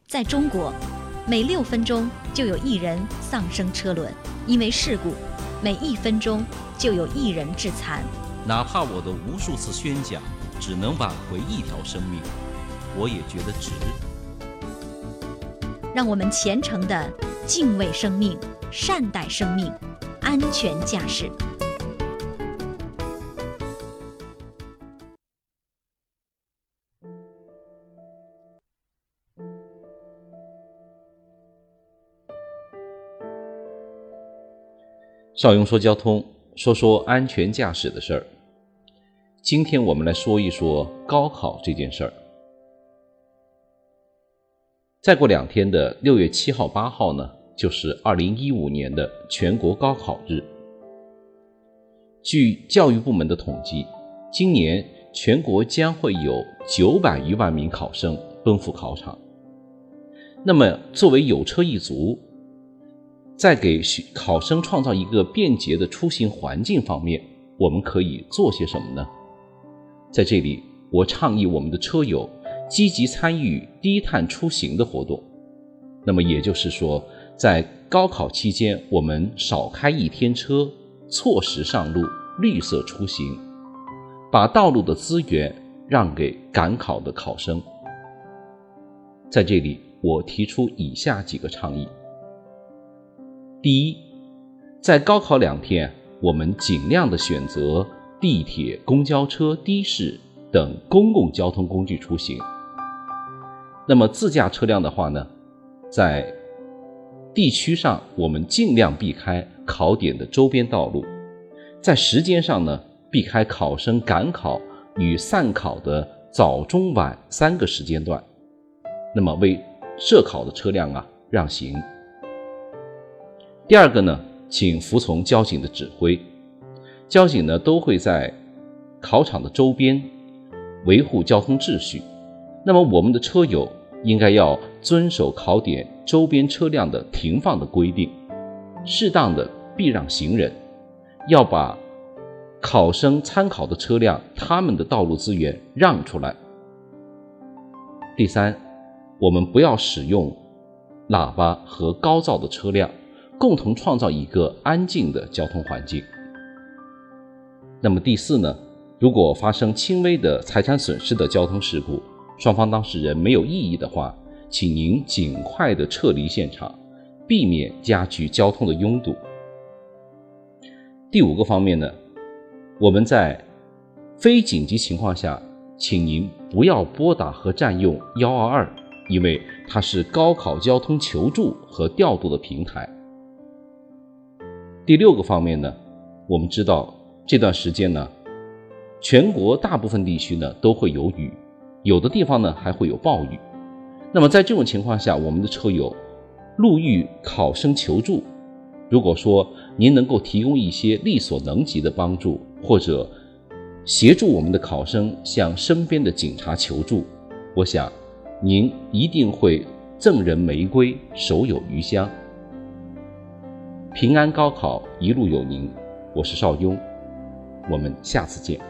在中国，每6分钟就有1人丧生车轮，因为事故，每1分钟就有1人致残。 哪怕我的无数次宣讲只能挽回1条生命，我也觉得值。 让我们虔诚地敬畏生命，善待生命，安全驾驶。 邵雍说交通，说说安全驾驶的事儿。今天我们来说一说高考这件事儿。再过2天的6月7号、8号呢，就是2015年的全国高考日。据教育部门的统计，今年全国将会有900余万名考生奔赴考场。那么作为有车一族，在给考生创造一个便捷的出行环境方面，我们可以做些什么呢？在这里，我倡议我们的车友积极参与低碳出行的活动。那么也就是说，在高考期间，我们少开1天车，错时上路，绿色出行，把道路的资源让给赶考的考生。在这里，我提出以下几个倡议。第一，在高考2天，我们尽量的选择地铁、公交车、的士等公共交通工具出行。那么自驾车辆的话呢，在地区上我们尽量避开考点的周边道路，在时间上呢，避开考生赶考与散考的早中晚3个时间段，那么为涉考的车辆让行。第二个呢，请服从交警的指挥。交警呢都会在考场的周边维护交通秩序。那么我们的车友应该要遵守考点周边车辆的停放的规定，适当的避让行人，要把考生参考的车辆他们的道路资源让出来。第三，我们不要使用喇叭和高噪的车辆，共同创造一个安静的交通环境。那么第四呢，如果发生轻微的财产损失的交通事故，双方当事人没有异议的话，请您尽快的撤离现场，避免加剧交通的拥堵。第5个方面呢，我们在非紧急情况下，请您不要拨打和占用122，因为它是高考交通求助和调度的平台。第6个方面呢，我们知道这段时间呢，全国大部分地区呢都会有雨，有的地方呢还会有暴雨。那么在这种情况下，我们的车友路遇考生求助，如果说您能够提供一些力所能及的帮助，或者协助我们的考生向身边的警察求助，我想您一定会赠人玫瑰，手有余香。平安高考，一路有您。我是邵雍，我们下次见。